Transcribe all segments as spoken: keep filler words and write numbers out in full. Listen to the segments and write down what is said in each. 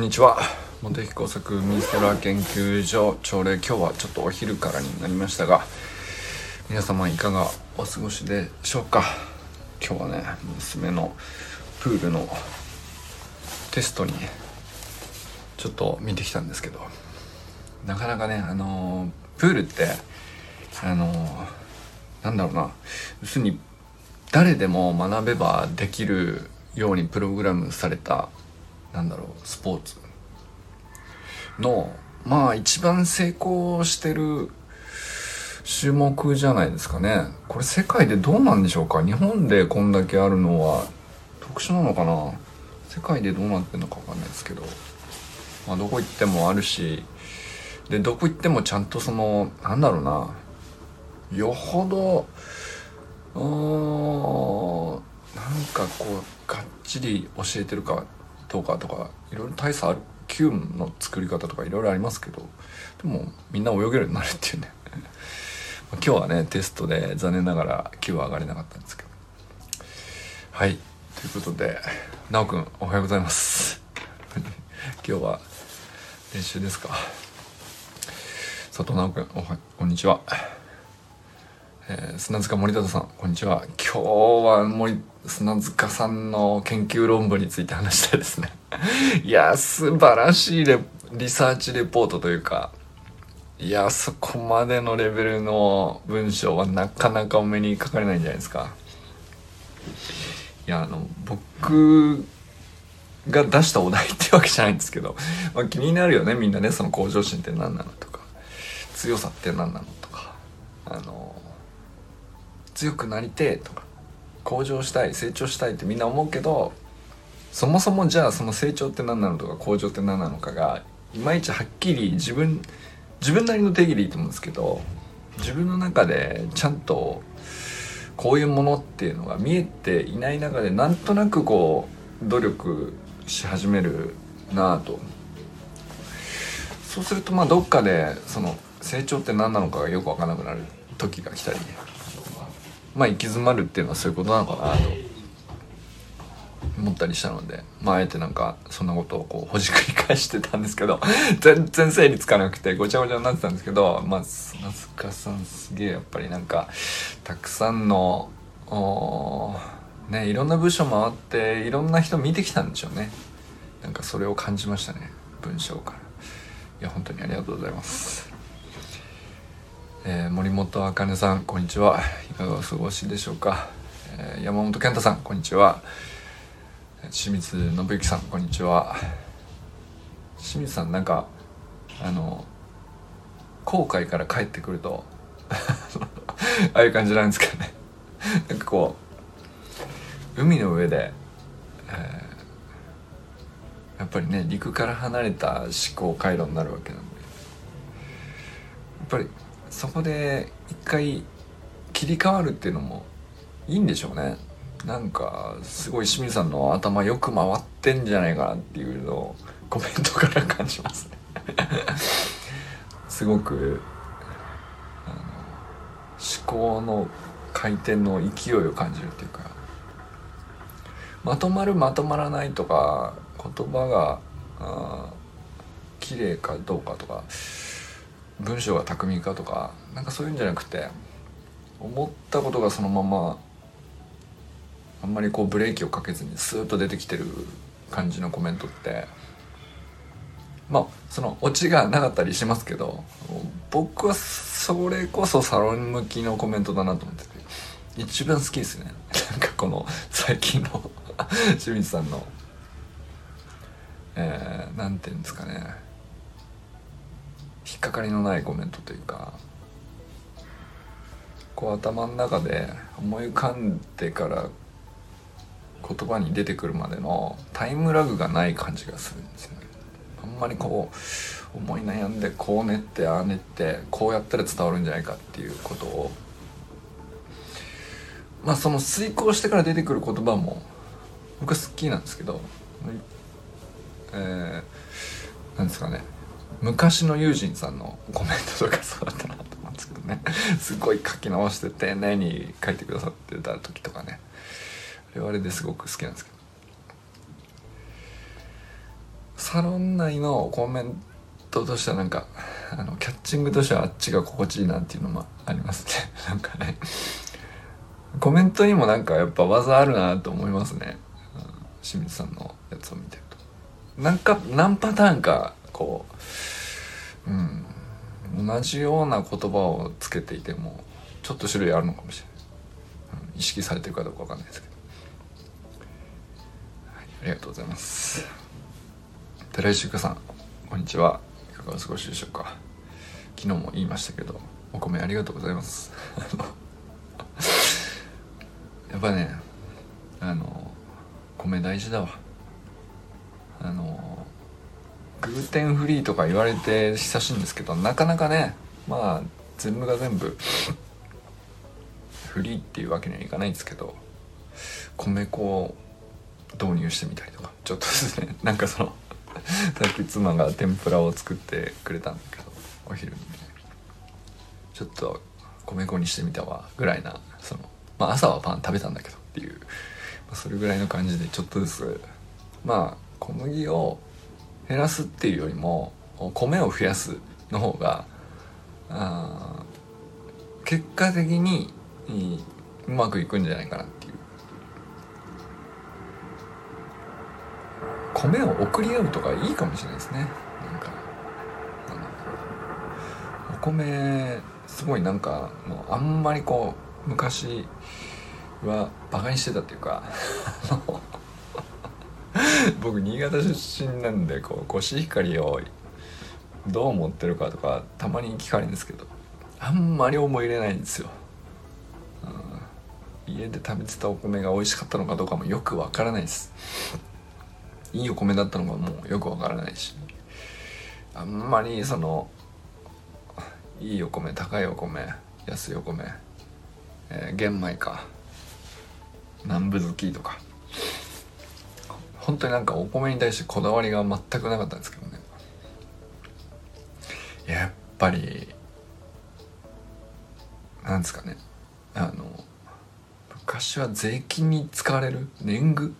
んにちは。茂木工作ミストラー研究所朝礼、今日はちょっとお昼からになりましたが、皆様いかがお過ごしでしょうか。今日はね、娘のプールのテストにちょっと見てきたんですけど、なかなかね、あのー、プールってあのー、なんだろうな、要するに誰でも学べばできるようにプログラムされた、なんだろう、スポーツのまあ一番成功してる種目じゃないですかね。これ世界でどうなんでしょうか。日本でこんだけあるのは特殊なのかな。世界でどうなってるのかわかんないですけど、まあ、どこ行ってもあるし、でどこ行ってもちゃんとそのなんだろうな、よほどうーんなんかこうがっちり教えてるかどうかとか、いろいろ大差ある。球の作り方とかいろいろありますけど、でもみんな泳げるようになるっていうね今日はねテストで残念ながら球は上がれなかったんですけど、はい、ということで、なおくんおはようございます今日は練習ですか。佐藤直くんおはこんにちは。えー、砂塚森田さんこんにちは。今日は森砂塚さんの研究論文について話したいですねいや素晴らしいレリサーチレポートというか、いやそこまでのレベルの文章はなかなかお目にかかれないんじゃないですか。いやあの僕が出したお題ってわけじゃないんですけど、まあ、気になるよねみんなね。その向上心って何なのとか、強さって何なのとか、あの強くなりてえとか、向上したい成長したいってみんな思うけど、そもそもじゃあその成長って何なのとか向上って何なのかがいまいちはっきり自分自分なりの定義でいいと思うんですけど、自分の中でちゃんとこういうものっていうのが見えていない中で、なんとなくこう努力し始めるなぁと。そうするとまあどっかでその成長って何なのかがよく分からなくなる時が来たり、まあ行き詰まるっていうのはそういうことなのかなと思ったりしたので、まああえてなんかそんなことをこうほじくり返してたんですけど全然整理つかなくてごちゃごちゃになってたんですけど、まあ砂塚さんすげえやっぱりなんかたくさんのね、いろんな部署回っていろんな人見てきたんでしょうね。なんかそれを感じましたね、文章から。いや本当にありがとうございます。えー、森本あかねさんこんにちは。いかがお過ごしでしょうか。えー、山本健太さんこんにちは。清水信之さんこんにちは。清水さんなんかあの航海から帰ってくるとああいう感じなんですかねなんかこう海の上で、えー、やっぱりね陸から離れた思考回路になるわけなんで、やっぱりそこで一回切り替わるっていうのもいいんでしょうね。なんかすごい清水さんの頭よく回ってんじゃないかなっていうのをコメントから感じますねすごくあの思考の回転の勢いを感じるっていうか、まとまるまとまらないとか、言葉があ綺麗かどうかとか、文章が巧みかとか、なんかそういうんじゃなくて、思ったことがそのままあんまりこうブレーキをかけずにスーッと出てきてる感じのコメントって、まあそのオチがなかったりしますけど、僕はそれこそサロン向きのコメントだなと思ってて一番好きですねなんかこの最近の清水さんのえー、なんていうんですかね、引っかかりのないコメントというか、こう頭の中で思い浮かんでから言葉に出てくるまでのタイムラグがない感じがするんですよね。あんまりこう思い悩んでこう練ってああ練ってこうやったら伝わるんじゃないかっていうことを、まあその遂行してから出てくる言葉も僕は好きなんですけど、えー、なんですかね、昔の友人さんのコメントとかそうだったなと思うんですけどねすごい書き直して丁寧に書いてくださってた時とかね、あれはあれですごく好きなんですけど、 サロン内のコメントとしてはなんかあのキャッチングとしてはあっちが心地いいなっていうのもありますねなんかねコメントにもなんかやっぱ技あるなと思いますね、うん、清水さんのやつを見てるとなんか何パターンかこう、うん、同じような言葉をつけていてもちょっと種類あるのかもしれない、うん、意識されてるかどうかわかんないですけど、はい、ありがとうございます。寺石ゆかさんこんにちは、いかがお過ごしでしょうか。昨日も言いましたけどお米ありがとうございますやっぱねあの米大事だわ。あのグルテンフリーとか言われて久しいんですけどなかなかねまあ全部が全部フリーっていうわけにはいかないんですけど米粉を導入してみたりとかちょっとですねなんかそのさっき妻が天ぷらを作ってくれたんだけどお昼にねちょっと米粉にしてみたわぐらいなそのまあ朝はパン食べたんだけどっていう、まあ、それぐらいの感じでちょっとずつまあ小麦を減らすっていうよりも米を増やすの方があ結果的にうまくいくんじゃないかなっていう。米を送り合うとかいいかもしれないですね。なんかお米すごいなんかもうあんまりこう昔はバカにしてたっていうか僕新潟出身なんでこうコシヒカリをどう思ってるかとかたまに聞かれるんですけどあんまり思い入れないんですよ、うん、家で食べてたお米が美味しかったのかどうかもよくわからないです。いいお米だったのかもよくわからないしあんまりそのいいお米高いお米安いお米、えー、玄米か南部好きとか本当になんかお米に対してこだわりが全くなかったんですけどね。やっぱりなんですかねあの昔は税金に使われる年貢、うん、い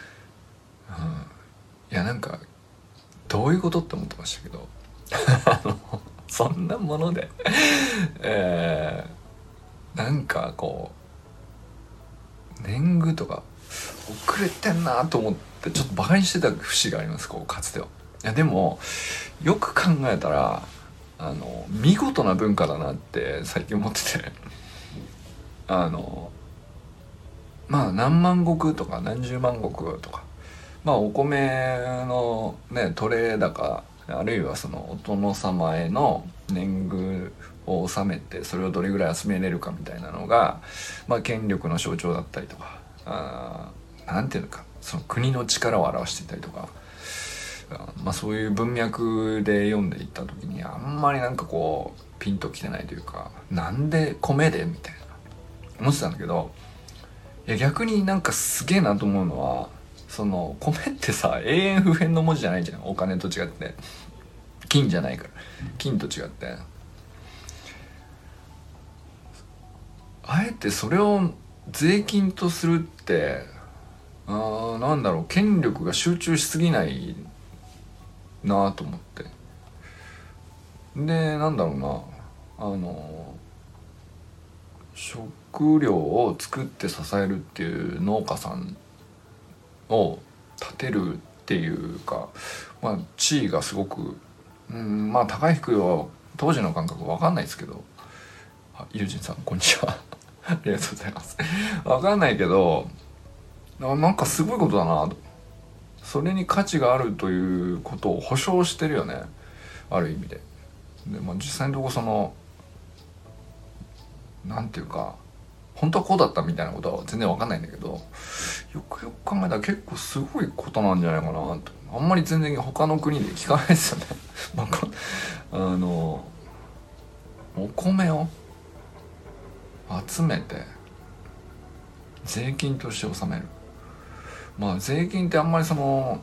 やなんかどういうことって思ってましたけどあのそんなものでえー、なんかこう年貢とか遅れてんなと思ってちょっとバカにしてた節があります。こうかつては。いやでもよく考えたらあの見事な文化だなって最近思っててあのまあ何万石とか何十万石とかまあお米のねトレー高あるいはそのお殿様への年貢を納めてそれをどれぐらい集めれるかみたいなのが、まあ、権力の象徴だったりとかあなんていうのかその国の力を表していたりとか、まあ、そういう文脈で読んでいった時にあんまりなんかこうピンときてないというかなんで米でみたいな思ってたんだけどいや逆になんかすげえなと思うのはその米ってさ永遠不変の文字じゃないじゃん。お金と違って金じゃないから金と違ってあえてそれを税金とするってあーなんだろう権力が集中しすぎないなと思ってでなんだろうなあの食料を作って支えるっていう農家さんを立てるっていうか、まあ、地位がすごく、うん、まあ高い低いは当時の感覚わかんないですけどあ友人さんこんにちはありがとうございますわかんないけどなんかすごいことだなとそれに価値があるということを保証してるよねある意味で。で、まあ、実際のところそのなんていうか本当はこうだったみたいなことは全然わかんないんだけどよくよく考えたら結構すごいことなんじゃないかなとあんまり全然他の国で聞かないですよねまあのお米を集めて税金として納めるまあ税金ってあんまりその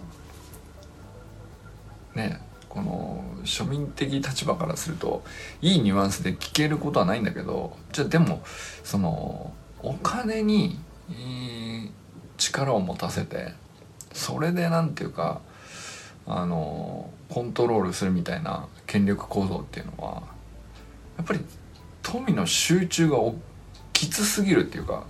ねこの庶民的立場からするといいニュアンスで聞けることはないんだけどじゃあでもそのお金に力を持たせてそれでなんていうかあのコントロールするみたいな権力構造っていうのはやっぱり富の集中がきつすぎるっていうか、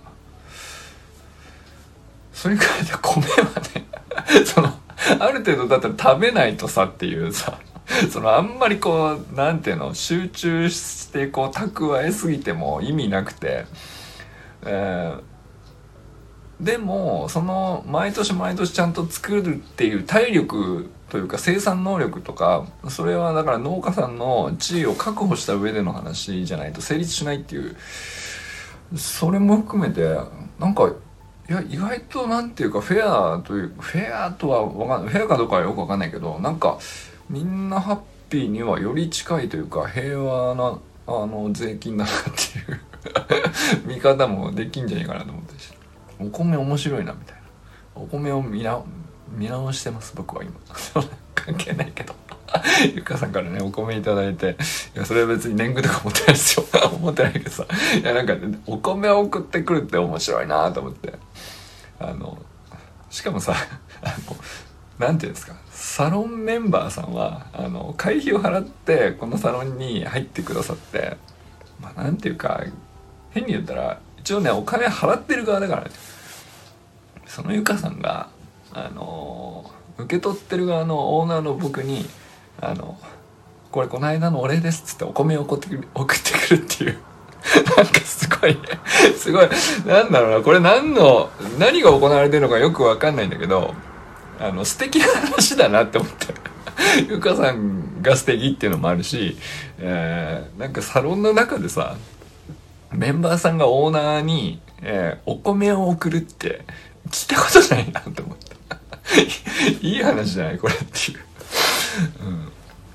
それに比べて米はねそのある程度だったら食べないとさっていうさ、そのあんまりこうなんていうの集中してこう蓄えすぎても意味なくて、えーでもその毎年毎年ちゃんと作るっていう体力というか生産能力とか、それはだから農家さんの地位を確保した上での話じゃないと成立しないっていう、それも含めてなんかいや意外となんていうかフェアというフェアとはわかんない、フェアかどうかはよくわかんないけど、なんかみんなハッピーにはより近いというか平和なあの税金だなっていう見方もできんじゃないかなと思って、お米面白いなみたいな、お米を見な見直してます僕は今関係ないけどゆかさんからねお米いただいて、いやそれは別に年貢とか思ってないですよ思ってないけどさ、いやなんか、ね、お米を送ってくるって面白いなと思って、あのしかもさあのなんていうんですか、サロンメンバーさんはあの会費を払ってこのサロンに入ってくださって、まあなんていうか変に言ったら一応ねお金払ってる側だからね、そのゆかさんがあの受け取ってる側のオーナーの僕にあのこれこの間のお礼ですっつってお米を送ってくる送ってくるっていうなんかすごいすごいなんだろうな、これ何の何が行われてるのかよく分かんないんだけど、あの素敵な話だなって思ってゆかさんが素敵っていうのもあるし、えー、なんかサロンの中でさメンバーさんがオーナーに、えー、お米を送るって聞いたことないなと思ったいい話じゃないこれっていう、うん、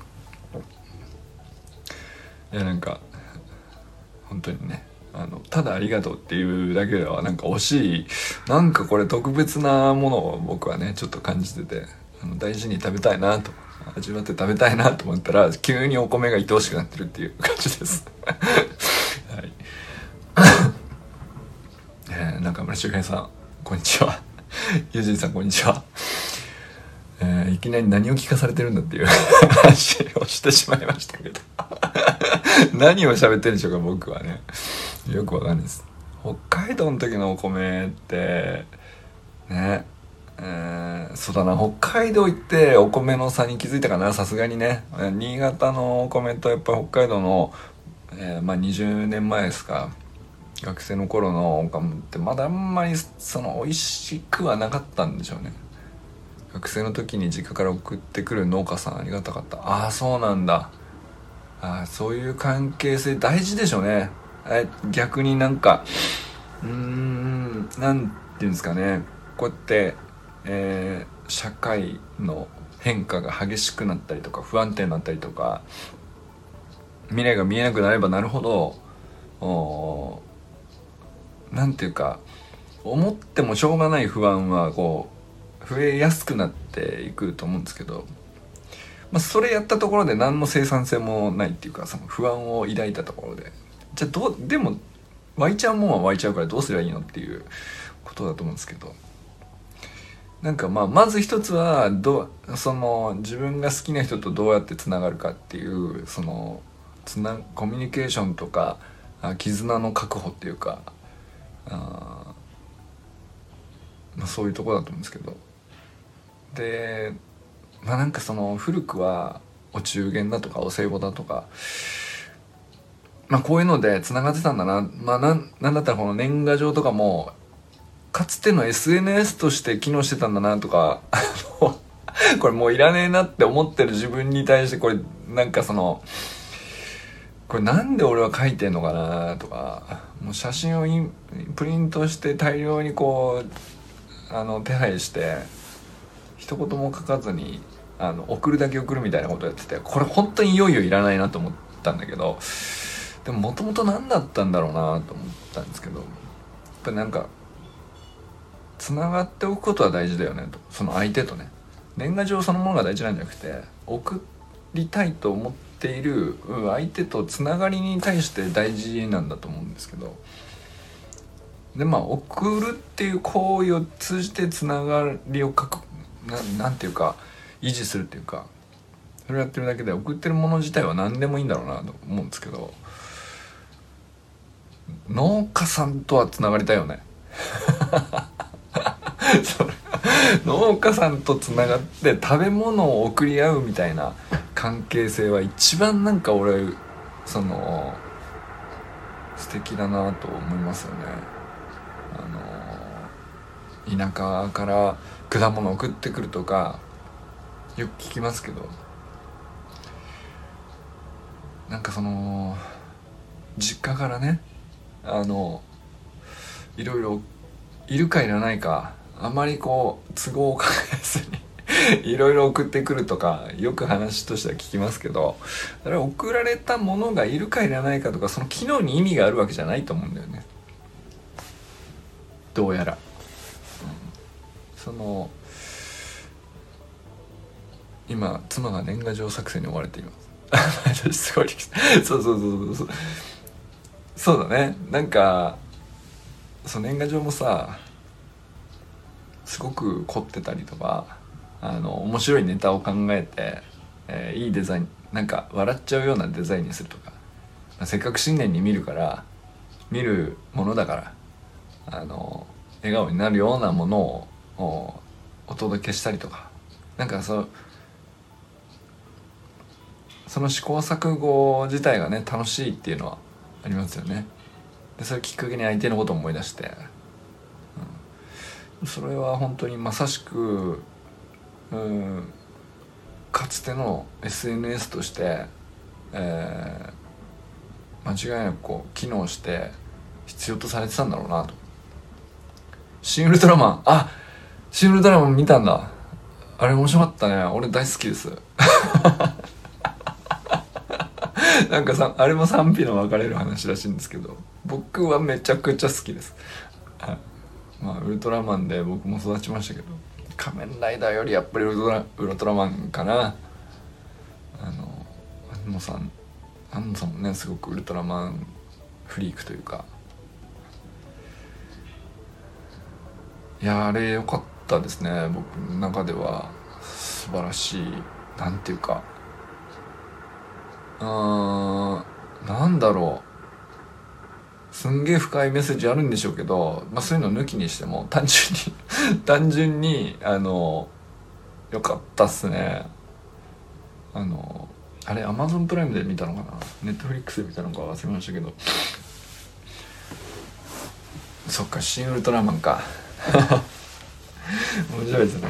いやなんか本当にね、あのただありがとうっていうだけではなんか惜しい、なんかこれ特別なものを僕はねちょっと感じてて、あの大事に食べたいなと味わって食べたいなと思ったら急にお米が愛おしくなってるっていう感じですはいえー、中村修平さんこんにちはゆじいさんこんにちは、えー、いきなり何を聞かされてるんだっていう話をしてしまいましたけど何を喋ってるんでしょうか僕はねよくわかんないです。北海道の時のお米ってね、えー、そうだな、北海道行ってお米の差に気づいたかな、さすがにね。新潟のお米とやっぱ北海道の、えー、まあにじゅうねんまえですか、学生の頃のお米ってまだあんまりその美味しくはなかったんでしょうね。学生の時に実家から送ってくる農家さんありがたかった。ああそうなんだ、あそういう関係性大事でしょうね。え逆になんかうーんなんていうんですかね、こうやって、えー、社会の変化が激しくなったりとか不安定になったりとか未来が見えなくなればなるほど、おなんていうか思ってもしょうがない不安はこう増えやすくなっていくと思うんですけど、まあ、それやったところで何の生産性もないっていうか、その不安を抱いたところでじゃあどうでも湧いちゃうもんは湧いちゃうからどうすればいいのっていうことだと思うんですけど、なんかまあまず一つはどその自分が好きな人とどうやってつながるかっていうそのつなコミュニケーションとか絆の確保っていうか、あ、まあ、そういうところだと思うんですけど、でまあなんかその古くはお中元だとかお歳暮だとか、まあこういうのでつながってたんだな、まあなん、なんだったらこの年賀状とかもかつての エスエヌエス として機能してたんだなとかこれもういらねえなって思ってる自分に対してこれなんかそのこれなんで俺は書いてんのかなとか、もう写真をインプリントして大量にこうあの手配して一言も書かずにあの送るだけ送るみたいなことやってて、これ本当にいよいよいらないなと思ったんだけど、でももともと何だったんだろうなと思ったんですけど、やっぱりなんかつながっておくことは大事だよねと、その相手とね、年賀状そのものが大事なんじゃなくて送りたいと思っている相手とつながりに対して大事なんだと思うんですけど、でまあ送るっていう行為を通じてつながりを書く な, なんていうか維持するっていうか、それをやってるだけで送ってるもの自体は何でもいいんだろうなと思うんですけど、農家さんとはつながりたいよねそれ農家さんとつながって食べ物を送り合うみたいな関係性は一番なんか俺その素敵だなと思いますよね。あの田舎から果物送ってくるとかよく聞きますけど、なんかその実家からね、あのいろいろいるかいらないかあまりこう都合を考えずにいろいろ送ってくるとかよく話としては聞きますけど、だから送られたものがいるかいらないかとかその機能に意味があるわけじゃないと思うんだよね、どうやら、うん、その今妻が年賀状作成に追われていますすごいそうそうそうそうそうだね。なんかその年賀状もさすごく凝ってたりとか、あの面白いネタを考えて、えー、いいデザイン、なんか笑っちゃうようなデザインにするとか、まあ、せっかく新年に見るから見るものだからあの笑顔になるようなものを お, お届けしたりとか、なんかそその試行錯誤自体がね楽しいっていうのはありますよね。でそれきっかけに相手のことを思い出して、うん、それは本当にまさしく、うん、かつての エスエヌエス として、えー、間違いなくこう機能して必要とされてたんだろうなと。シン・ウルトラマン、あ、シン・ウルトラマン見たんだ。あれ面白かったね。俺大好きですなんかさ、あれも賛否の分かれる話らしいんですけど、僕はめちゃくちゃ好きです。まあウルトラマンで僕も育ちましたけど、仮面ライダーよりやっぱりウルトラ、ウルトラマンかな。あの安野さん安野さんもねすごくウルトラマンフリークというか、いやあれ良かったですね。僕の中では素晴らしい、なんていうか、うーん、なんだろう、すんげえ深いメッセージあるんでしょうけど、まあそういうの抜きにしても単純に単純にあの良かったっすね。あのあれアマゾンプライムで見たのかな、ネットフリックスで見たのか忘れましたけど、そっか、シン・ウルトラマンか面白いですね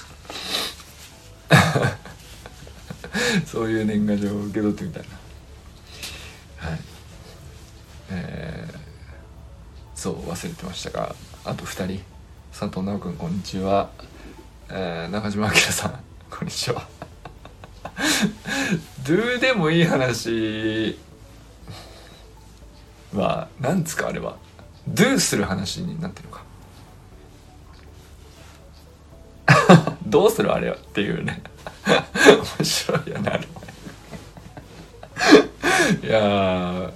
そういう年賀状を受け取ってみたいな。はい、えー、そう忘れてましたが、あとふたり、佐藤直くんこんにちは、えー、中島明さんこんにちはどうでもいい話はなんですか、あれはドゥする話になってるのかどうするあれはっていうね面白いよねあれいや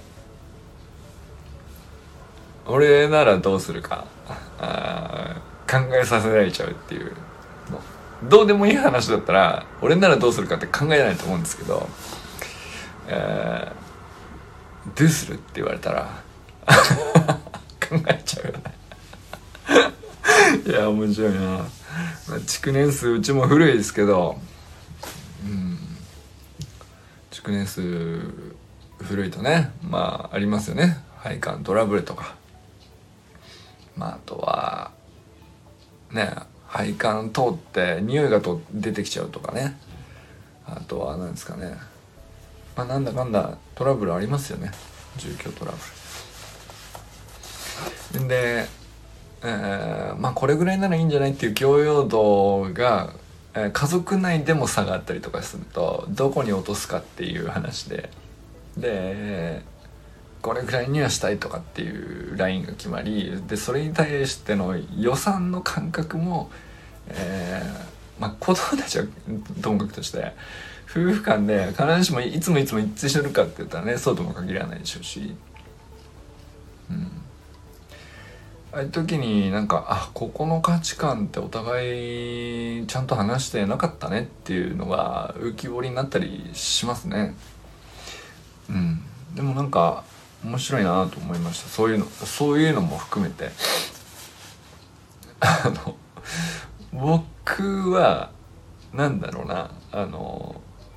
俺ならどうするか、あ考えさせられちゃうっていう、どうでもいい話だったら俺ならどうするかって考えないと思うんですけど、えー、どうするって言われたら考えちゃうよねいや面白いな、まあ、築年数うちも古いですけど、うん、築年数古いとね、まあありますよね、配管トラブルとか、まああとはね配管通って匂いがと出てきちゃうとかね、あとは何ですかね、まあなんだかんだトラブルありますよね、住居トラブルで、えー、まあこれぐらいならいいんじゃないっていう許容度が、えー、家族内でも差があったりとかするとどこに落とすかっていう話で、でこれぐらいにはしたいとかっていうラインが決まり、でそれに対しての予算の感覚も、えー、まあ子供たちはともかくとして夫婦間で必ずしもいつもいつも一致してるかって言ったらねそうとも限らないでしょうし、うん、 ああいう時になんかあここの価値観ってお互いちゃんと話してなかったねっていうのが浮き彫りになったりしますね。うん、でもなんか面白いなと思いました。そういうのそういうのも含めてあの僕はなんだろうなあの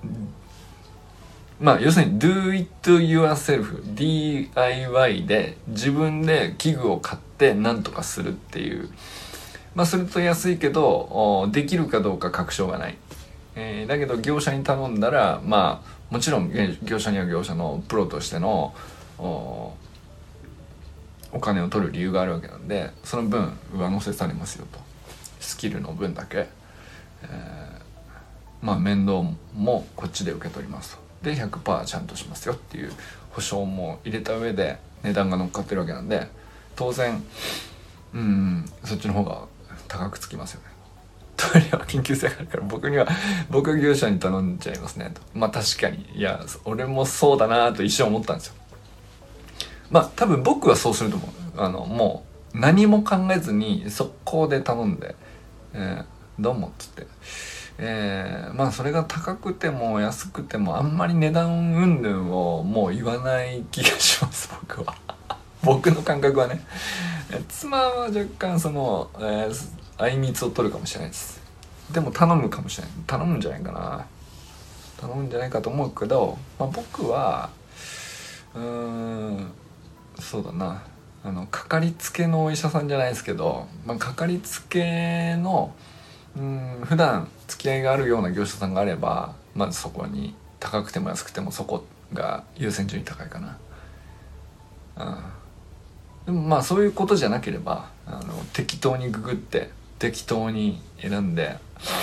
まあ要するに do it yourself ディーアイワイ で自分で器具を買ってなんとかするっていう、まあすると安いけどできるかどうか確証がない、えー、だけど業者に頼んだらまあもちろん業者には業者のプロとしての お, お金を取る理由があるわけなんで、その分上乗せされますよと、スキルの分だけ、えー、まあ面倒もこっちで受け取りますと、で ひゃくパーセント ちゃんとしますよっていう保証も入れた上で値段が乗っかってるわけなんで、当然うんそっちの方が高くつきますよね。トイレは緊急性があるから僕には僕は業者に頼んじゃいますねと。まあ確かにいや俺もそうだなと一瞬思ったんですよ。まあ多分僕はそうすると思う。あのもう何も考えずに速攻で頼んで、えー、どうもっつってえー、まあそれが高くても安くてもあんまり値段云々をもう言わない気がします僕は僕の感覚はね。妻は若干その、えー、あいみつを取るかもしれないです。でも頼むかもしれない頼むんじゃないかな頼むんじゃないかと思うけど、まあ、僕はうーんそうだなあのかかりつけのお医者さんじゃないですけど、まあ、かかりつけのうん普段付き合いがあるような業者さんがあればまずそこに高くても安くてもそこが優先順位高いかな、うん、でもまあそういうことじゃなければあの適当にググって適当に選んで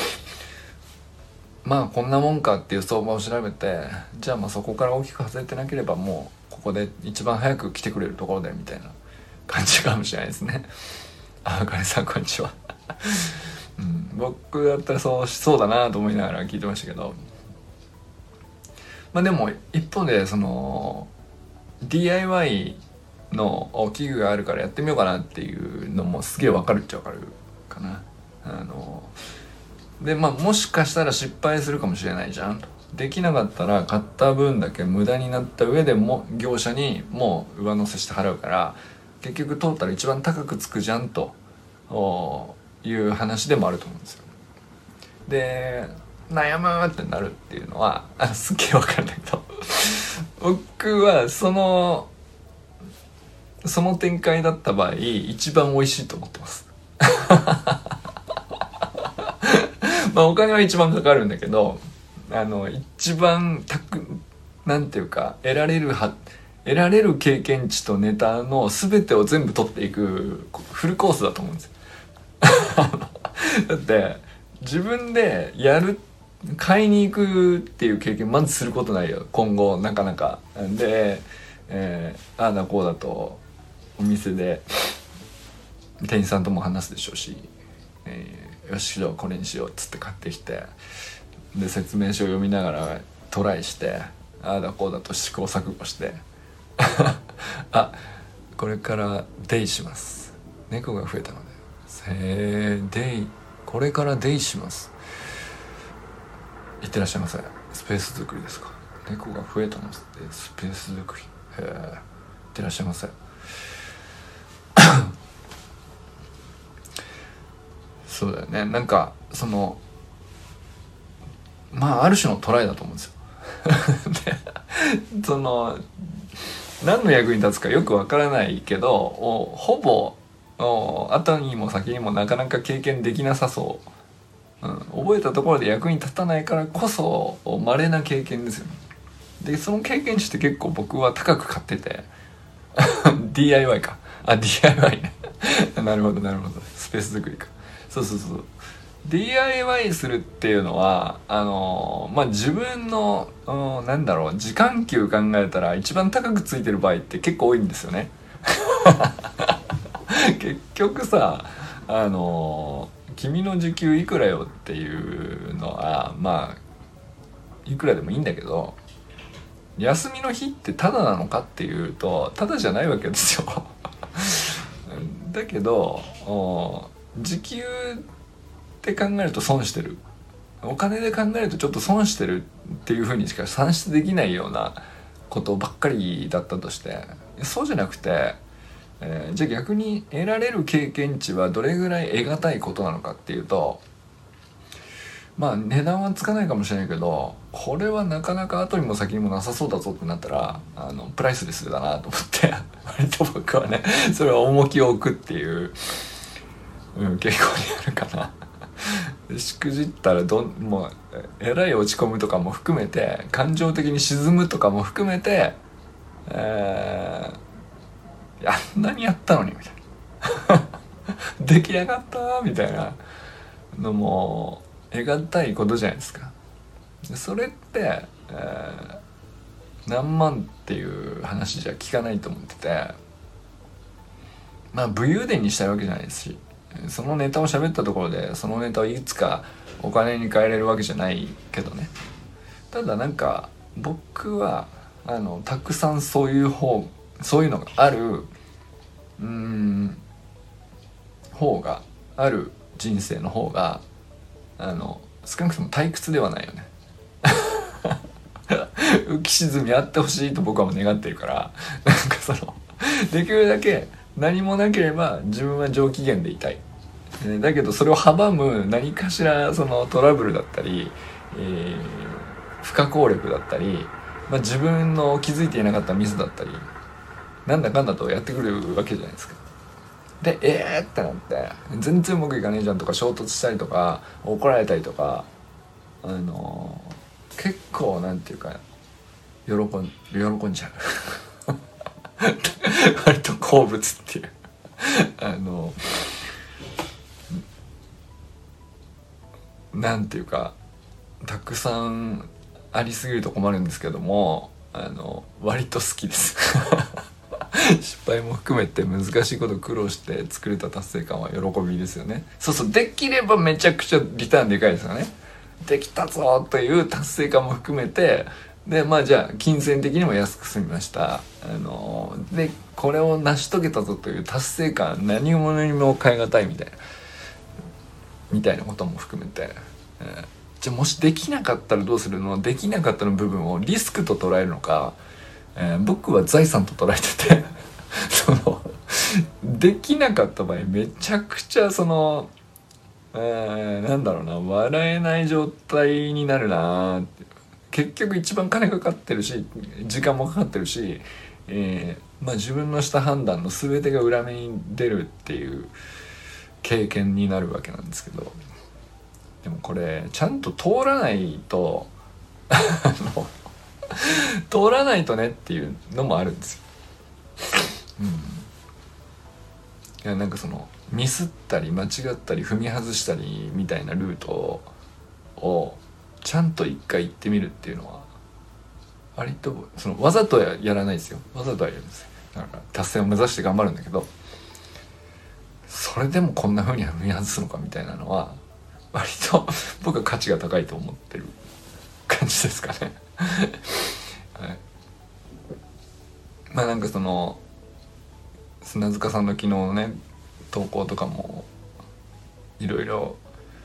まあこんなもんかっていう相場を調べてじゃあまあそこから大きく外れてなければもうここで一番早く来てくれるところでみたいな感じかもしれないですね。ああかりさんこんにちはうん、僕だったらそうそうだなと思いながら聞いてましたけど、まあでも一方でその ディーアイワイ の器具があるからやってみようかなっていうのもすげえわかるっちゃわかるかな。あのでまあもしかしたら失敗するかもしれないじゃんと。できなかったら買った分だけ無駄になった上でも業者にもう上乗せして払うから結局トータル一番高くつくじゃんという話でもあると思うんですよ。で悩むってなるっていうのはあすっげえわかるんだけど僕はそのその展開だった場合一番美味しいと思ってますまあお金は一番かかるんだけどあの一番たくなんていうか得られるは得られる経験値とネタの全てを全部取っていくフルコースだと思うんですよだって自分でやる買いに行くっていう経験まずすることないよ今後なかなかで、えー、ああだこうだとお店で店員さんとも話すでしょうし、えー、よしじゃあこれにしようっつって買ってきてで説明書を読みながらトライしてああだこうだと試行錯誤してあこれからデイします猫が増えたのでへーデイこれからデイしますいってらっしゃいませスペース作りですか猫が増えたのでスペース作りへーいってらっしゃいませそうだよねなんかそのまあある種のトライだと思うんですよでその何の役に立つかよくわからないけどほぼ後にも先にもなかなか経験できなさそう、うん、覚えたところで役に立たないからこそ稀な経験ですよね。でその経験値って結構僕は高く買っててディーアイワイ かあ ディーアイワイ ねなるほどなるほどスペース作りかそうそうそう ディーアイワイ するっていうのはあのー、まあ自分の、うん、なんだろう時間給考えたら一番高くついてる場合って結構多いんですよね結局さあのー、君の時給いくらよっていうのはまあいくらでもいいんだけど休みの日ってタダなのかっていうとタダじゃないわけですよだけど時給って考えると損してる、お金で考えるとちょっと損してるっていう風にしか算出できないようなことばっかりだったとして、そうじゃなくて、えー、じゃあ逆に得られる経験値はどれぐらい得難いことなのかっていうと、まあ値段はつかないかもしれないけど、これはなかなか後にも先にもなさそうだぞってなったら、あのプライスレスだなと思って割と僕はねそれは重きを置くっていう、うん、傾向にあるかな。しくじったらどんもうえらい落ち込むとかも含めて、感情的に沈むとかも含めて、えー、あんなにやったのにみたいな出来上がったみたいなのも得難いことじゃないですか。それって、えー、何万っていう話じゃ聞かないと思ってて、まあ武勇伝にしたいわけじゃないですし、そのネタを喋ったところでそのネタをいつかお金に換えれるわけじゃないけどね。ただなんか僕はあのたくさんそういう方そういうのがあるうーん方がある人生の方があの少なくとも退屈ではないよね浮き沈みあってほしいと僕はもう願ってるから、なんかそのできるだけ何もなければ自分は上機嫌でいたい。だけどそれを阻む何かしらそのトラブルだったり、えー、不可抗力だったり、まあ、自分の気づいていなかったミスだったりなんだかんだとやってくるわけじゃないですか。でえーってなって全然うまくいかねえじゃんとか衝突したりとか怒られたりとか、あのー、結構なんていうか喜ん喜んじゃう割と好物っていうあのなんていうかたくさんありすぎると困るんですけども、あの割と好きです失敗も含めて難しいこと苦労して作れた達成感は喜びですよね。そうそう、できればめちゃくちゃリターンでかいですよね。できたぞという達成感も含めて、でまあじゃあ金銭的にも安く済みました、あのでこれを成し遂げたぞという達成感、何者にも代え難いみたいなみたいなことも含めて、えー、じゃあもしできなかったらどうするの、できなかったの部分をリスクと捉えるのか、えー、僕は財産と捉えててそのできなかった場合めちゃくちゃその、えー、なんだろうな、笑えない状態になるなって。結局一番金かかってるし時間もかかってるし、えーまあ、自分のした判断の全てが裏目に出るっていう経験になるわけなんですけど、でもこれちゃんと通らないとあの通らないとねっていうのもあるんですよ、うん、いやなんかそのミスったり間違ったり踏み外したりみたいなルートをちゃんと一回行ってみるっていうのは割とそのわざと や, やらないですよわざとはやるんですよ。だから達成を目指して頑張るんだけど、それでもこんな風に踏み外すのかみたいなのは割と僕は価値が高いと思ってる感じですかねはい、まあなんかその砂塚さんの昨日のね投稿とかもいろいろ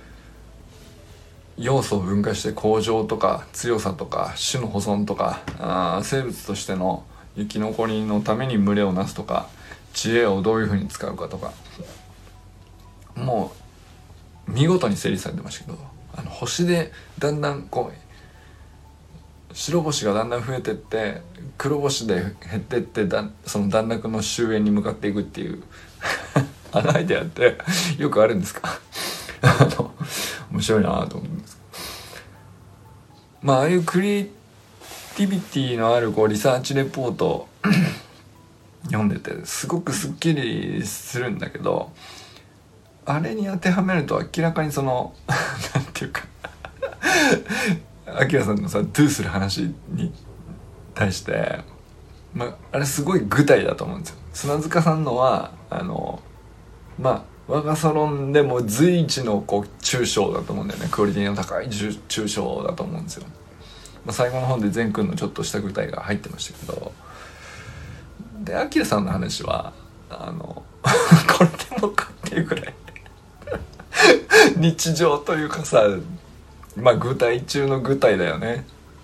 要素を分化して向上とか強さとか種の保存とか、あ生物としての生き残りのために群れをなすとか知恵をどういうふうに使うかとか、もう見事に整理されてましたけど、あの星でだんだんこう白星がだんだん増えてって黒星で減ってってだその段落の終焉に向かっていくっていうあのアイデアってよくあるんですかあの面白いなと思うんですけど、まあああいうクリエイティビティのあるこうリサーチレポートを読んでてすごくすっきりするんだけど、あれに当てはめると明らかにそのなんていうかアキラさんのさドゥする話に対して、まあ、あれすごい具体だと思うんですよ。砂塚さんのはあのまあ我がサロンでも随一のこう抽象だと思うんだよね。クオリティの高い抽象だと思うんですよ。まあ、最後の本で善くんのちょっとした具体が入ってましたけど、でアキラさんの話はあのこれでもかっていうくらい日常というかさ、まあ具体中の具体だよね。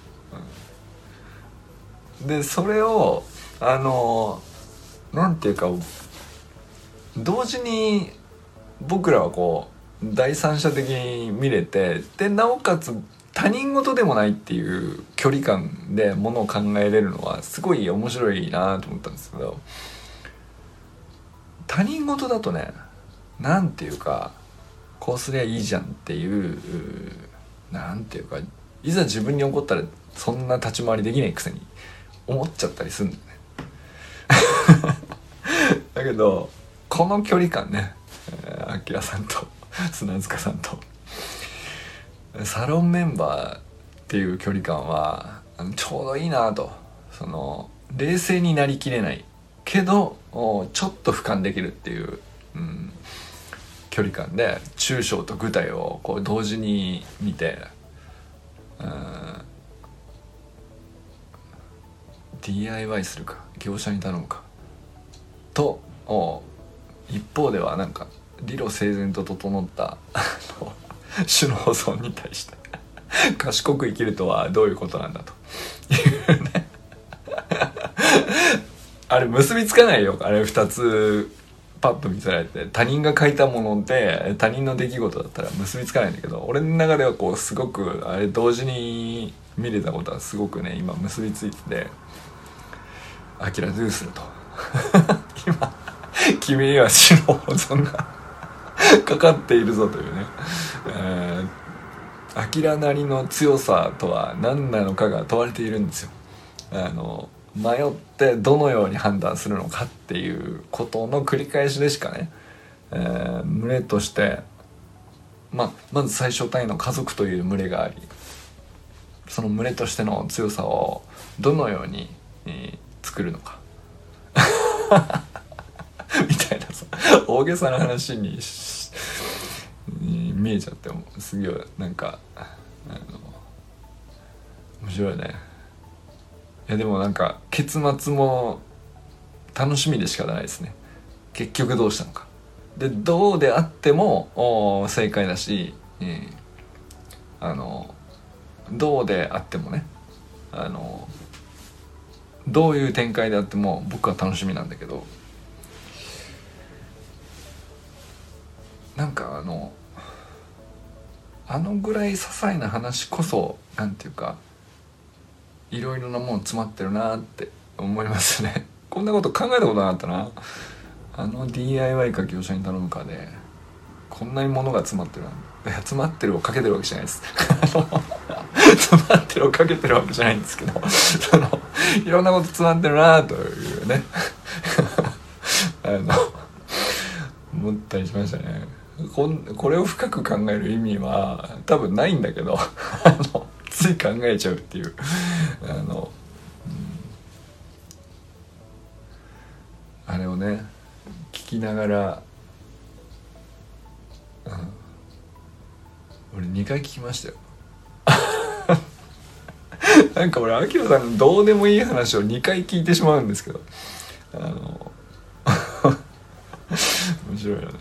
でそれをあのなんていうか同時に僕らはこう第三者的に見れて、でなおかつ他人事でもないっていう距離感でものを考えれるのはすごい面白いなと思ったんですけど、他人事だとね、なんていうかこうすりゃいいじゃんっていう、なんていうかいざ自分に起こったらそんな立ち回りできないくせに思っちゃったりするんだよねだけどこの距離感ね、あきらさんと砂塚さんとサロンメンバーっていう距離感はちょうどいいなと。その冷静になりきれないけどちょっと俯瞰できるっていう、うん、距離感で抽象と具体をこう同時に見て、うん、ディーアイワイ するか業者に頼むかと、一方ではなんか理路整然と整った種の保存に対して賢く生きるとはどういうことなんだというねあれ結びつかないよ。あれふたつパッと見せられて他人が書いたもので他人の出来事だったら結びつかないんだけど、俺の中ではこうすごくあれ同時に見れたことはすごくね今結びついてて、アキラどうすると今君には死の保存がかかっているぞというね、えー、アキラなりの強さとは何なのかが問われているんですよ。あの迷ってどのように判断するのかっていうことの繰り返しでしかね、えー、群れとして、まあ、まず最小単位の家族という群れがあり、その群れとしての強さをどのように、えー、作るのかみたいなさ大げさな話に見えちゃってもすげえなんかあの面白いね。いやでもなんか結末も楽しみでしかないですね。結局どうしたのかで、どうであっても正解だし、えー、あのどうであってもね、あのどういう展開であっても僕は楽しみなんだけど、なんかあのあのぐらい些細な話こそなんていうかいろいろなもの詰まってるなって思いますね。こんなこと考えたことなかったな。あの ディーアイワイ か業者に頼むかでこんなにものが詰まってるな。いや詰まってるをかけてるわけじゃないです詰まってるをかけてるわけじゃないんですけどそのいろんなこと詰まってるなというねあの思ったりしましたね。こんこれを深く考える意味は多分ないんだけどあのつい考えちゃうっていうあの、うん、あれをね聞きながら、うん、俺にかい聞きましたよなんか俺アキラさんのどうでもいい話をにかい聞いてしまうんですけど、あの面白いよな。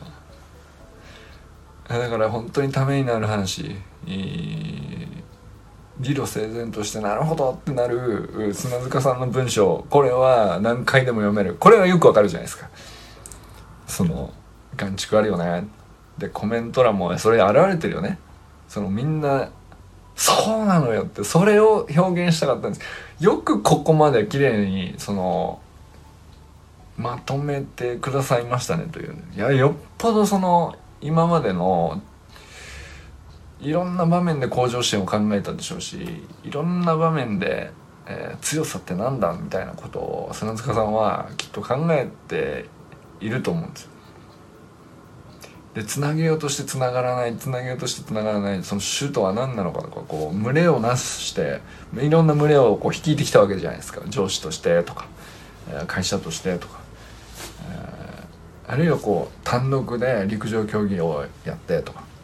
だから本当にためになる話、えー、理路整然としてなるほどってなる砂塚さんの文章、これは何回でも読める。これはよくわかるじゃないですか。その眼蓄あるよね。でコメント欄もそれで現れてるよね。そのみんなそうなのよってそれを表現したかったんです。よくここまで綺麗にそのまとめてくださいましたねという。いやよっぽどその今までのいろんな場面で向上心を考えたでしょうし、いろんな場面で、えー、強さってなんだみたいなことを砂塚さんはきっと考えていると思うんですよ。でつなげようとしてつながらないつなげようとしてつながらないその主とは何なのかとか、こう群れをなしていろんな群れをこう率いてきたわけじゃないですか。上司としてとか会社としてとか、えー、あるいはこう単独で陸上競技をやってとか、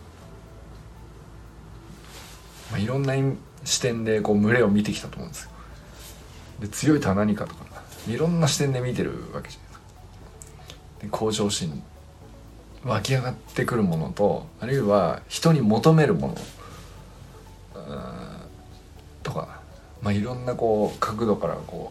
まあ、いろんな視点でこう群れを見てきたと思うんですよ。で強いとは何かとかいろんな視点で見てるわけじゃないですか。 向上心湧き上がってくるものと、あるいは人に求めるものとか、まあ、いろんなこう角度からこ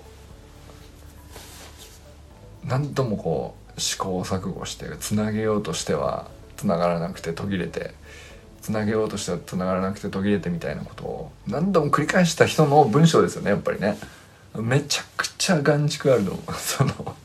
う何度もこう試行錯誤してつなげようとしてはつながらなくて途切れて、つなげようとしてはつながらなくて途切れてみたいなことを何度も繰り返した人の文章ですよね、やっぱりね。めちゃくちゃ眼蓄あるのその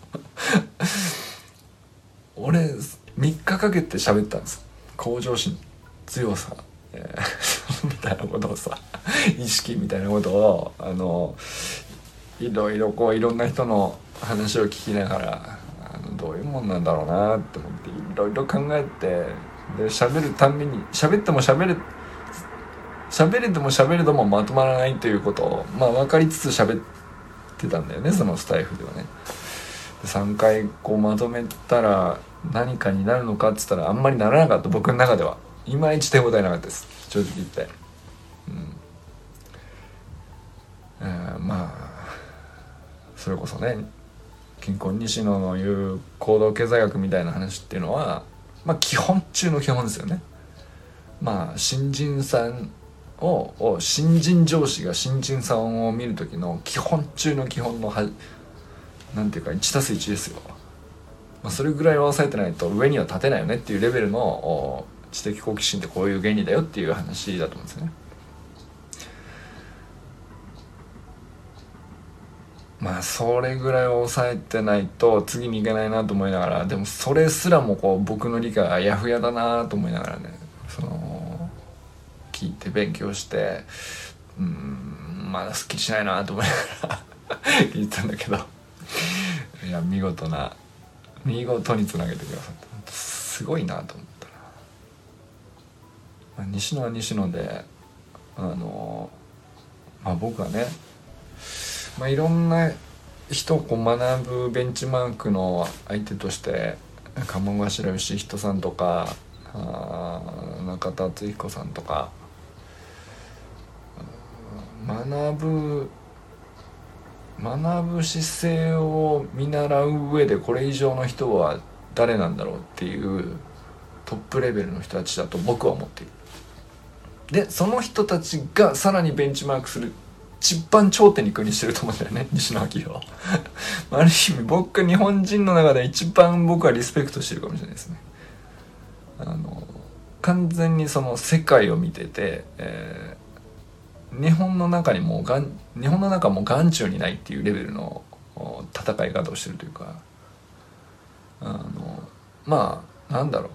俺みっかかけて喋ったんです。向上心、強さ、えー、みたいなことをさ、意識みたいなことをあのいろいろこういろんな人の話を聞きながら、あのどういうもんなんだろうなって思っていろいろ考えて、で喋るたんびに喋っても喋れ喋れても喋れてもまとまらないということをまあ分かりつつ喋ってたんだよね、そのスタイフではね。でさんかいこうまとめたら何かになるのかっつったらあんまりならなかった、僕の中では。いまいち手応えなかったです、正直言って。うん、えー、まあそれこそね、金婚西野の言う行動経済学みたいな話っていうのは、まあ基本中の基本ですよね。まあ新人さんをを新人上司が新人さんを見る時の基本中の基本のはなんていうか いちたすいち ですよ。まあ、それぐらいは抑えてないと上には立てないよねっていうレベルの知的好奇心ってこういう原理だよっていう話だと思うんですよね。まあそれぐらいを抑えてないと次に行けないなと思いながら、でもそれすらもこう僕の理解はやふやだなと思いながらね、その聞いて勉強して、うーんまだすっきりしないなと思いながら聞いてたんだけど、いや見事な見事につなげてくださってすごいなと思ったな。まあ、西野は西野であのまあ僕はね、まあ、いろんな人をこう学ぶベンチマークの相手として鴨頭義人さんとか中田敦彦さんとか学ぶ学ぶ姿勢を見習う上でこれ以上の人は誰なんだろうっていうトップレベルの人たちだと僕は思っている。でその人たちがさらにベンチマークする一番頂点に君臨してると思うんだよね、西野昭弘ある意味僕日本人の中で一番僕はリスペクトしてるかもしれないですね。あの完全にその世界を見てて、えー日本の中にもうがん日本の中も眼中にないっていうレベルの戦い方をしてるというか、あのまあなんだろ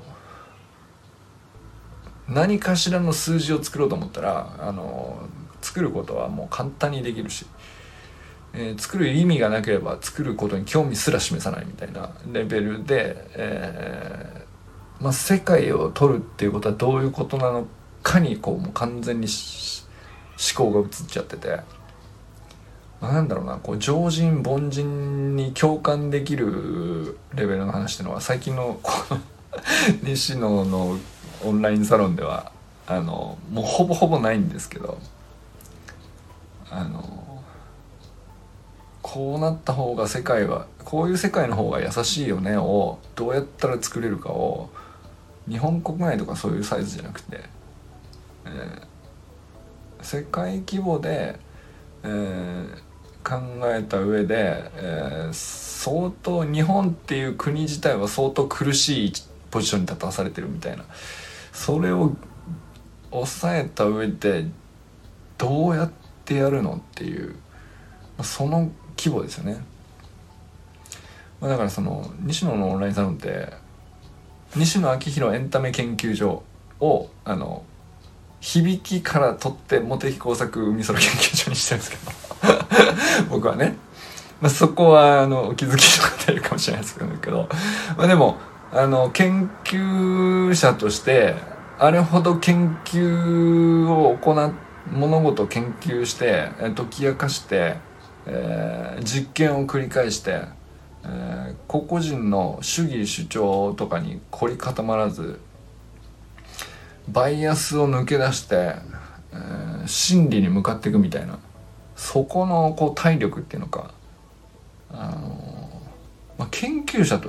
う、何かしらの数字を作ろうと思ったらあの作ることはもう簡単にできるし、えー、作る意味がなければ作ることに興味すら示さないみたいなレベルで、えーまあ、世界を取るっていうことはどういうことなのかにこうもう完全に思考が移っちゃってて、まあ、なんだろうな、こう常人凡人に共感できるレベルの話っていうのは最近のこの西野のオンラインサロンではあのもうほぼほぼないんですけど、あのこうなった方が世界はこういう世界の方が優しいよねをどうやったら作れるかを日本国内とかそういうサイズじゃなくて、えー世界規模で、えー、考えた上で、えー、相当日本っていう国自体は相当苦しいポジションに立たされてるみたいな、それを抑えた上でどうやってやるのっていうその規模ですよね。だからその西野のオンラインサロンって西野昭弘エンタメ研究所をあの響きから取って茂木工作海空研究所にしてるんですけど僕はね、まあ、そこはあのお気づきの方いるかもしれないですけど、まあ、でもあの研究者としてあれほど研究を行っ物事を研究して解き明かして、えー、実験を繰り返して、えー、個々人の主義主張とかに凝り固まらずバイアスを抜け出して、えー、真理に向かっていくみたいな、そこのこう体力っていうのか、あのーまあ、研究者として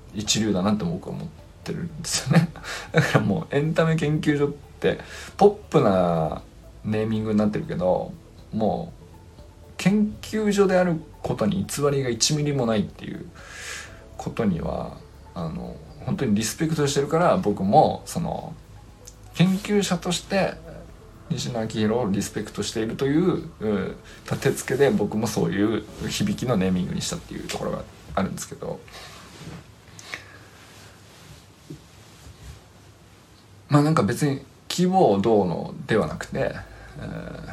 一流だなって僕は思ってるんですよねだからもうエンタメ研究所ってポップなネーミングになってるけど、もう研究所であることに偽りがいちミリもないっていうことにはあの本当にリスペクトしてるから、僕もその研究者として西野昭弘をリスペクトしているという立て付けで、僕もそういう響きのネーミングにしたっていうところがあるんですけど、まあなんか別に規模をどうのではなくて、えー、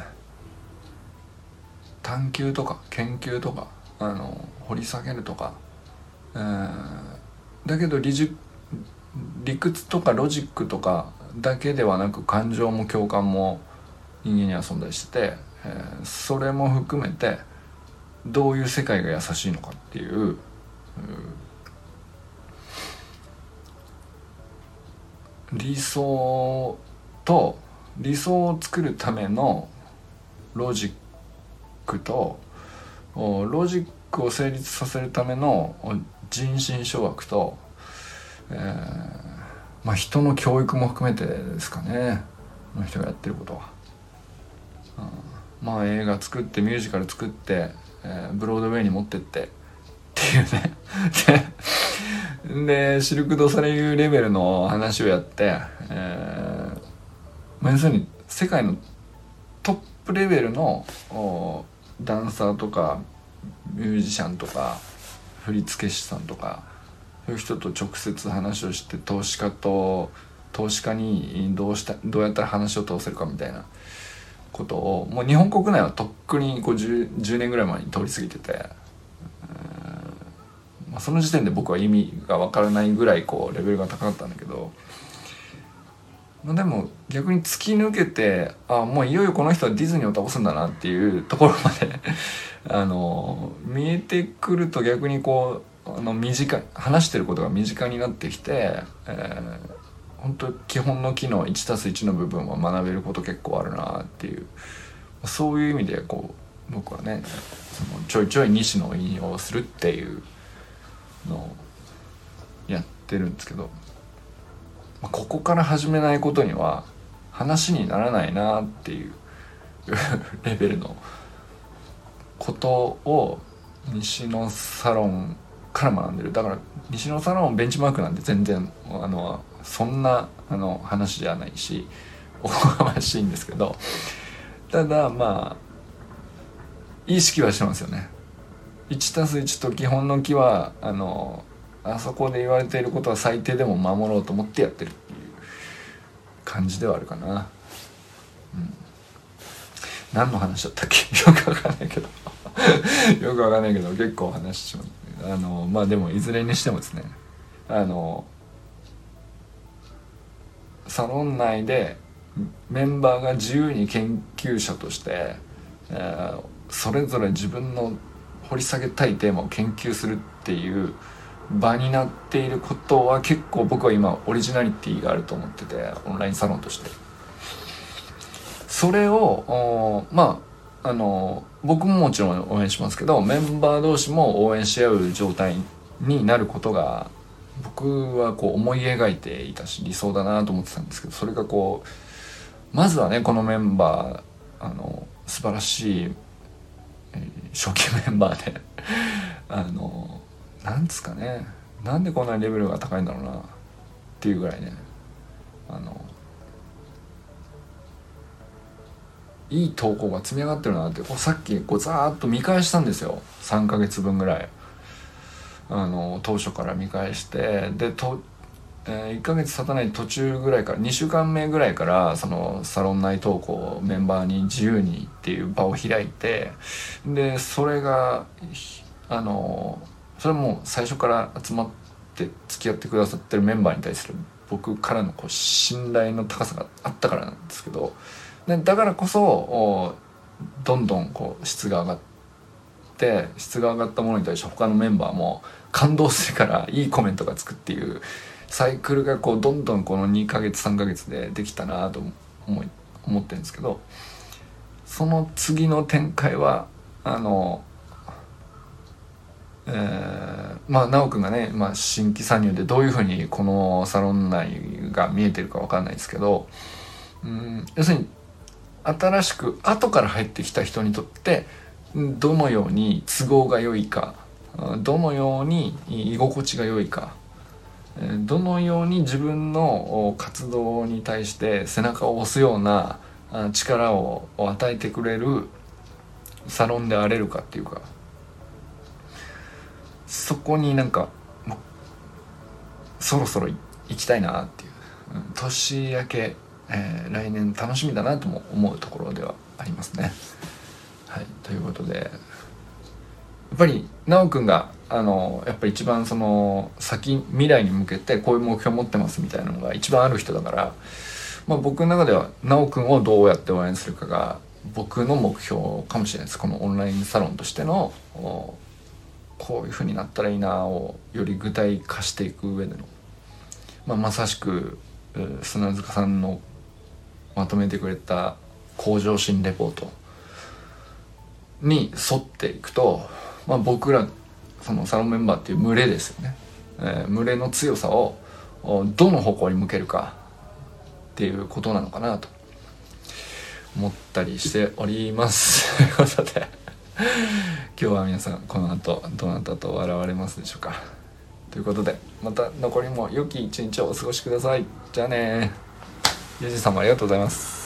探求とか研究とかあの掘り下げるとか、えー、だけど理じ理屈とかロジックとかだけではなく、感情も共感も人間には存在してて、えー、それも含めてどういう世界が優しいのかっていう、う理想と理想を作るためのロジックと、ロジックを成立させるための人心掌握と、えーまあ、人の教育も含めてですかね、この人がやってることは、うん、まあ映画作ってミュージカル作って、えー、ブロードウェイに持ってってっていうねでシルク・ドゥ・ソレイユレベルの話をやって、えーまあ、要するに世界のトップレベルのダンサーとかミュージシャンとか振付師さんとか、そういう人と直接話をして、投資家と投資家にどうしたどうやったら話を通せるかみたいなことを、もう日本国内はとっくにこう 10, じゅうねんぐらい前に通り過ぎてて、まあ、その時点で僕は意味が分からないぐらいこうレベルが高かったんだけど、まあ、でも逆に突き抜けて、あもういよいよこの人はディズニーを倒すんだなっていうところまであの見えてくると、逆にこうあの短い話してることが身近になってきて、えー、本当基本の機能 いちたすいち の部分は学べること結構あるなっていう、そういう意味でこう僕はね、そのちょいちょい西野を引用するっていうのをやってるんですけど、ここから始めないことには話にならないなっていうレベルのことを西野サロンから学んでる。だから西野サロンベンチマークなんて全然あのそんなあの話じゃないし、おこがましいんですけど、ただまあ意識はしてますよね。いちたすいちと基本の木はあのあそこで言われていることは最低でも守ろうと思ってやってるっていう感じではあるかな。うん、何の話だったっけよくわかんないけどよくわかんないけど結構話しちゃう。あのまあでもいずれにしてもですね、あのサロン内でメンバーが自由に研究者として、えー、それぞれ自分の掘り下げたいテーマを研究するっていう場になっていることは結構僕は今オリジナリティがあると思ってて、オンラインサロンとしてそれをまああの僕ももちろん応援しますけど、メンバー同士も応援し合う状態になることが僕はこう思い描いていたし理想だなと思ってたんですけど、それがこうまずはねこのメンバーあの素晴らしい、えー、初期メンバーであのなんですかね、なんでこんなにレベルが高いんだろうなっていうぐらいね、あのいい投稿が積み上がってるなって、こうさっきこうザーッと見返したんですよ。さんかげつぶんぐらいあの当初から見返して、でと、えー、いっかげつ経たない途中ぐらいからにしゅうかんめぐらいからそのサロン内投稿をメンバーに自由にっていう場を開いて、でそれがあのそれも最初から集まって付き合ってくださってるメンバーに対する僕からのこう信頼の高さがあったからなんですけど、でだからこそどんどんこう質が上がって質が上がったものに対して他のメンバーも感動するからいいコメントがつくっていうサイクルがこうどんどんこのにかげつさんかげつでできたなと思い思ってるんですけど、その次の展開はあの、えー、 まあ直くんがね、まあ、新規参入でどういうふうにこのサロン内が見えてるかわかんないですけど、うん、要するに新しく後から入ってきた人にとってどのように都合が良いか、どのように居心地が良いか、どのように自分の活動に対して背中を押すような力を与えてくれるサロンであれるかっていうか、そこになんかそろそろ行きたいなっていう、年明け、えー、来年楽しみだなとも思うところではありますね。はい、ということでやっぱり直くんがあのやっぱり一番その先未来に向けてこういう目標を持ってますみたいなのが一番ある人だから、まあ、僕の中では直くんをどうやって応援するかが僕の目標かもしれないです。このオンラインサロンとしてのこういう風になったらいいなをより具体化していく上での、まあ、まさしく砂塚さんのまとめてくれた向上心レポートに沿っていくと、まあ、僕らそのサロンメンバーっていう群れですよね、えー、群れの強さをどの方向に向けるかっていうことなのかなと思ったりしておりますということで今日は皆さんこの後どなたと笑われますでしょうか。ということでまた残りも良き一日をお過ごしください。じゃあね。ゆうじさんもありがとうございます。